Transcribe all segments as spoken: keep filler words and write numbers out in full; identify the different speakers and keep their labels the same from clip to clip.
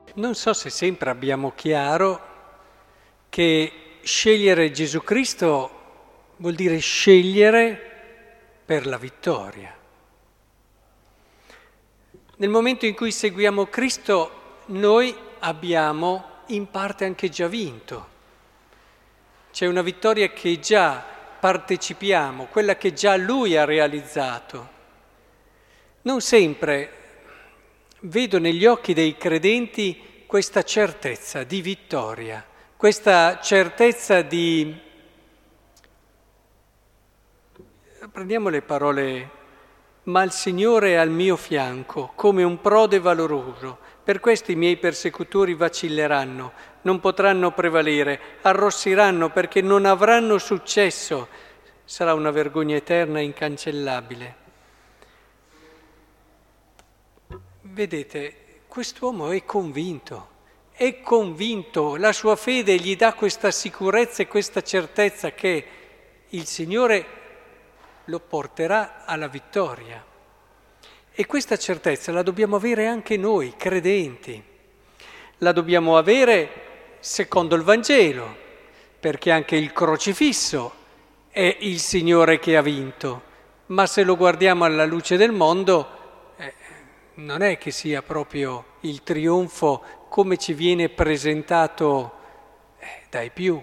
Speaker 1: Non so se sempre abbiamo chiaro che scegliere Gesù Cristo vuol dire scegliere per la vittoria. Nel momento in cui seguiamo Cristo, noi abbiamo in parte anche già vinto. C'è una vittoria che già partecipiamo, quella che già Lui ha realizzato. Non sempre vedo negli occhi dei credenti questa certezza di vittoria, questa certezza di... Prendiamo le parole: ma il Signore è al mio fianco come un prode valoroso, per questo i miei persecutori vacilleranno, non potranno prevalere, arrossiranno perché non avranno successo, sarà una vergogna eterna e incancellabile. Vedete, quest'uomo è convinto, è convinto, la sua fede gli dà questa sicurezza e questa certezza che il Signore lo porterà alla vittoria. E questa certezza la dobbiamo avere anche noi, credenti. La dobbiamo avere secondo il Vangelo, perché anche il crocifisso è il Signore che ha vinto, ma se lo guardiamo alla luce del mondo, eh, non è che sia proprio il trionfo come ci viene presentato eh, dai più.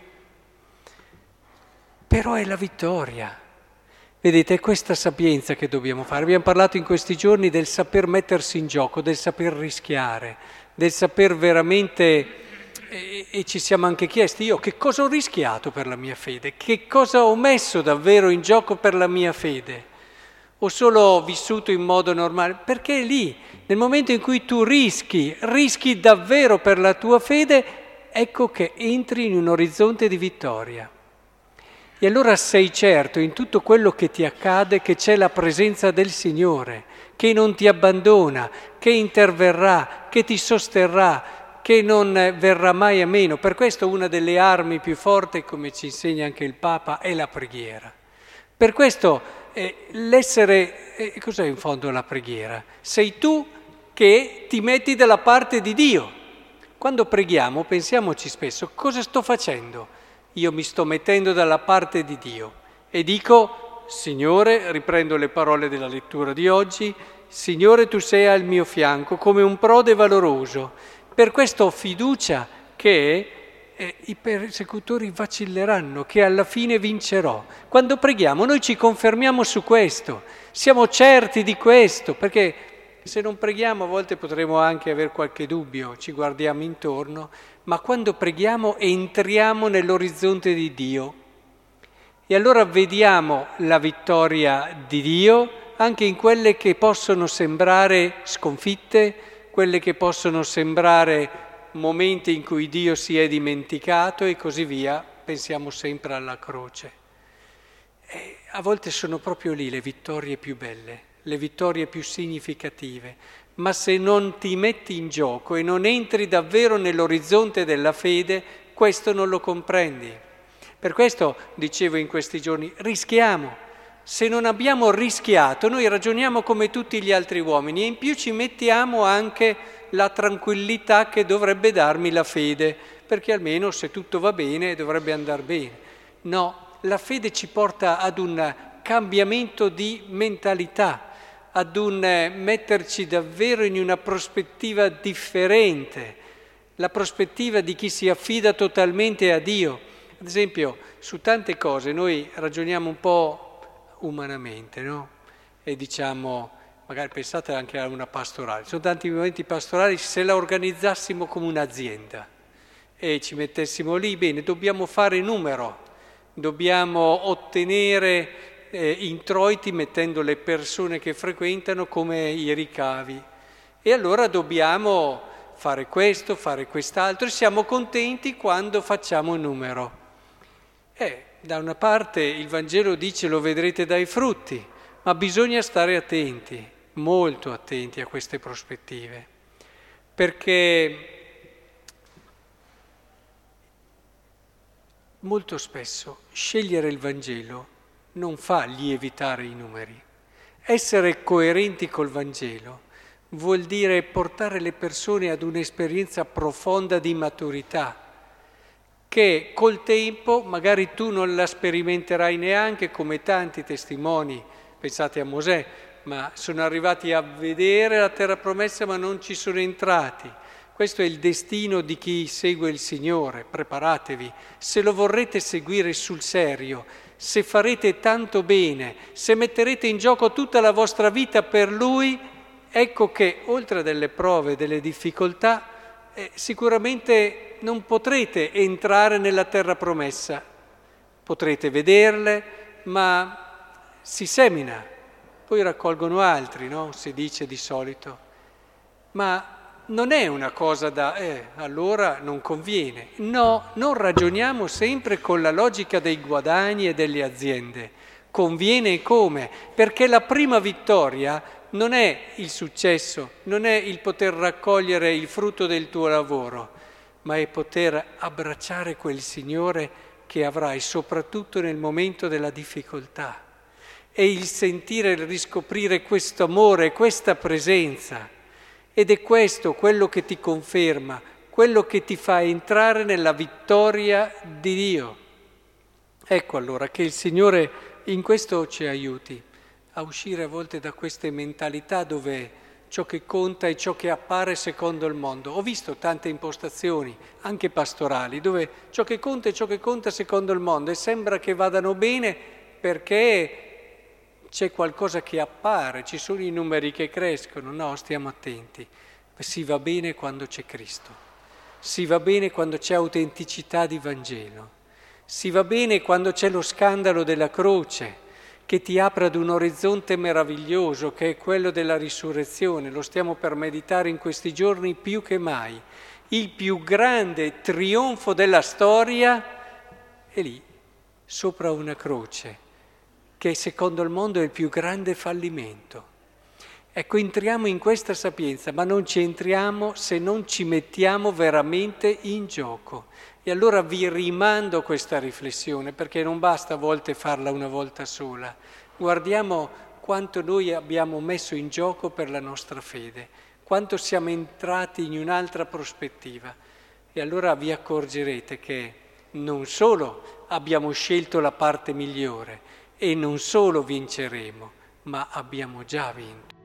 Speaker 1: Però è la vittoria. Vedete, è questa sapienza che dobbiamo fare. Abbiamo parlato in questi giorni del saper mettersi in gioco, del saper rischiare, del saper veramente... E, e ci siamo anche chiesti: io che cosa ho rischiato per la mia fede? Che cosa ho messo davvero in gioco per la mia fede? O solo vissuto in modo normale? Perché è lì, nel momento in cui tu rischi, rischi davvero per la tua fede, ecco che entri in un orizzonte di vittoria. E allora sei certo in tutto quello che ti accade che c'è la presenza del Signore, che non ti abbandona, che interverrà, che ti sosterrà, che non verrà mai a meno. Per questo una delle armi più forti, come ci insegna anche il Papa, è la preghiera. Per questo eh, l'essere... Eh, cos'è in fondo la preghiera? Sei tu che ti metti dalla parte di Dio. Quando preghiamo pensiamoci spesso: cosa sto facendo? Io mi sto mettendo dalla parte di Dio e dico: Signore, riprendo le parole della lettura di oggi, Signore, tu sei al mio fianco come un prode valoroso. Per questo ho fiducia che eh, i persecutori vacilleranno, che alla fine vincerò. Quando preghiamo noi ci confermiamo su questo, siamo certi di questo, perché se non preghiamo a volte potremo anche avere qualche dubbio, ci guardiamo intorno, ma quando preghiamo entriamo nell'orizzonte di Dio e allora vediamo la vittoria di Dio anche in quelle che possono sembrare sconfitte, quelle che possono sembrare momenti in cui Dio si è dimenticato e così via. Pensiamo sempre alla croce. E a volte sono proprio lì le vittorie più belle, le vittorie più significative, ma se non ti metti in gioco e non entri davvero nell'orizzonte della fede, questo non lo comprendi. Per questo dicevo in questi giorni, rischiamo. Se non abbiamo rischiato, noi ragioniamo come tutti gli altri uomini e in più ci mettiamo anche la tranquillità che dovrebbe darmi la fede, perché almeno se tutto va bene dovrebbe andare bene. No, la fede ci porta ad un cambiamento di mentalità, ad un metterci davvero in una prospettiva differente, la prospettiva di chi si affida totalmente a Dio. Ad esempio, su tante cose noi ragioniamo un po' umanamente, no? E diciamo, magari pensate anche a una pastorale, ci sono tanti momenti pastorali, se la organizzassimo come un'azienda e ci mettessimo lì, bene, dobbiamo fare numero, dobbiamo ottenere eh, introiti mettendo le persone che frequentano come i ricavi e allora dobbiamo fare questo, fare quest'altro e siamo contenti quando facciamo numero. Eh, da una parte il Vangelo dice lo vedrete dai frutti, ma bisogna stare attenti, molto attenti a queste prospettive, perché molto spesso scegliere il Vangelo non fa lievitare i numeri. Essere coerenti col Vangelo vuol dire portare le persone ad un'esperienza profonda di maturità, che col tempo magari tu non la sperimenterai neanche, come tanti testimoni, pensate a Mosè, ma sono arrivati a vedere la terra promessa ma non ci sono entrati. Questo è il destino di chi segue il Signore, preparatevi. Se lo vorrete seguire sul serio, se farete tanto bene, se metterete in gioco tutta la vostra vita per Lui, ecco che oltre a delle prove, delle difficoltà, eh, sicuramente non potrete entrare nella terra promessa. Potrete vederle, ma si semina, poi raccolgono altri, no? Si dice di solito. Ma non è una cosa da, eh, allora non conviene. No, non ragioniamo sempre con la logica dei guadagni e delle aziende. Conviene come? Perché la prima vittoria non è il successo, non è il poter raccogliere il frutto del tuo lavoro, ma è poter abbracciare quel Signore che avrai soprattutto nel momento della difficoltà. E il sentire, il riscoprire questo amore, questa presenza. Ed è questo quello che ti conferma, quello che ti fa entrare nella vittoria di Dio. Ecco allora che il Signore in questo ci aiuti a uscire a volte da queste mentalità dove ciò che conta è ciò che appare secondo il mondo. Ho visto tante impostazioni, anche pastorali, dove ciò che conta è ciò che conta secondo il mondo e sembra che vadano bene perché c'è qualcosa che appare, ci sono i numeri che crescono. No, stiamo attenti. Si va bene quando c'è Cristo, si va bene quando c'è autenticità di Vangelo, si va bene quando c'è lo scandalo della croce che ti apre ad un orizzonte meraviglioso che è quello della risurrezione. Lo stiamo per meditare in questi giorni più che mai. Il più grande trionfo della storia è lì, sopra una croce, che secondo il mondo è il più grande fallimento. Ecco, entriamo in questa sapienza, ma non ci entriamo se non ci mettiamo veramente in gioco. E allora vi rimando questa riflessione, perché non basta a volte farla una volta sola. Guardiamo quanto noi abbiamo messo in gioco per la nostra fede, quanto siamo entrati in un'altra prospettiva. E allora vi accorgerete che non solo abbiamo scelto la parte migliore, e non solo vinceremo, ma abbiamo già vinto.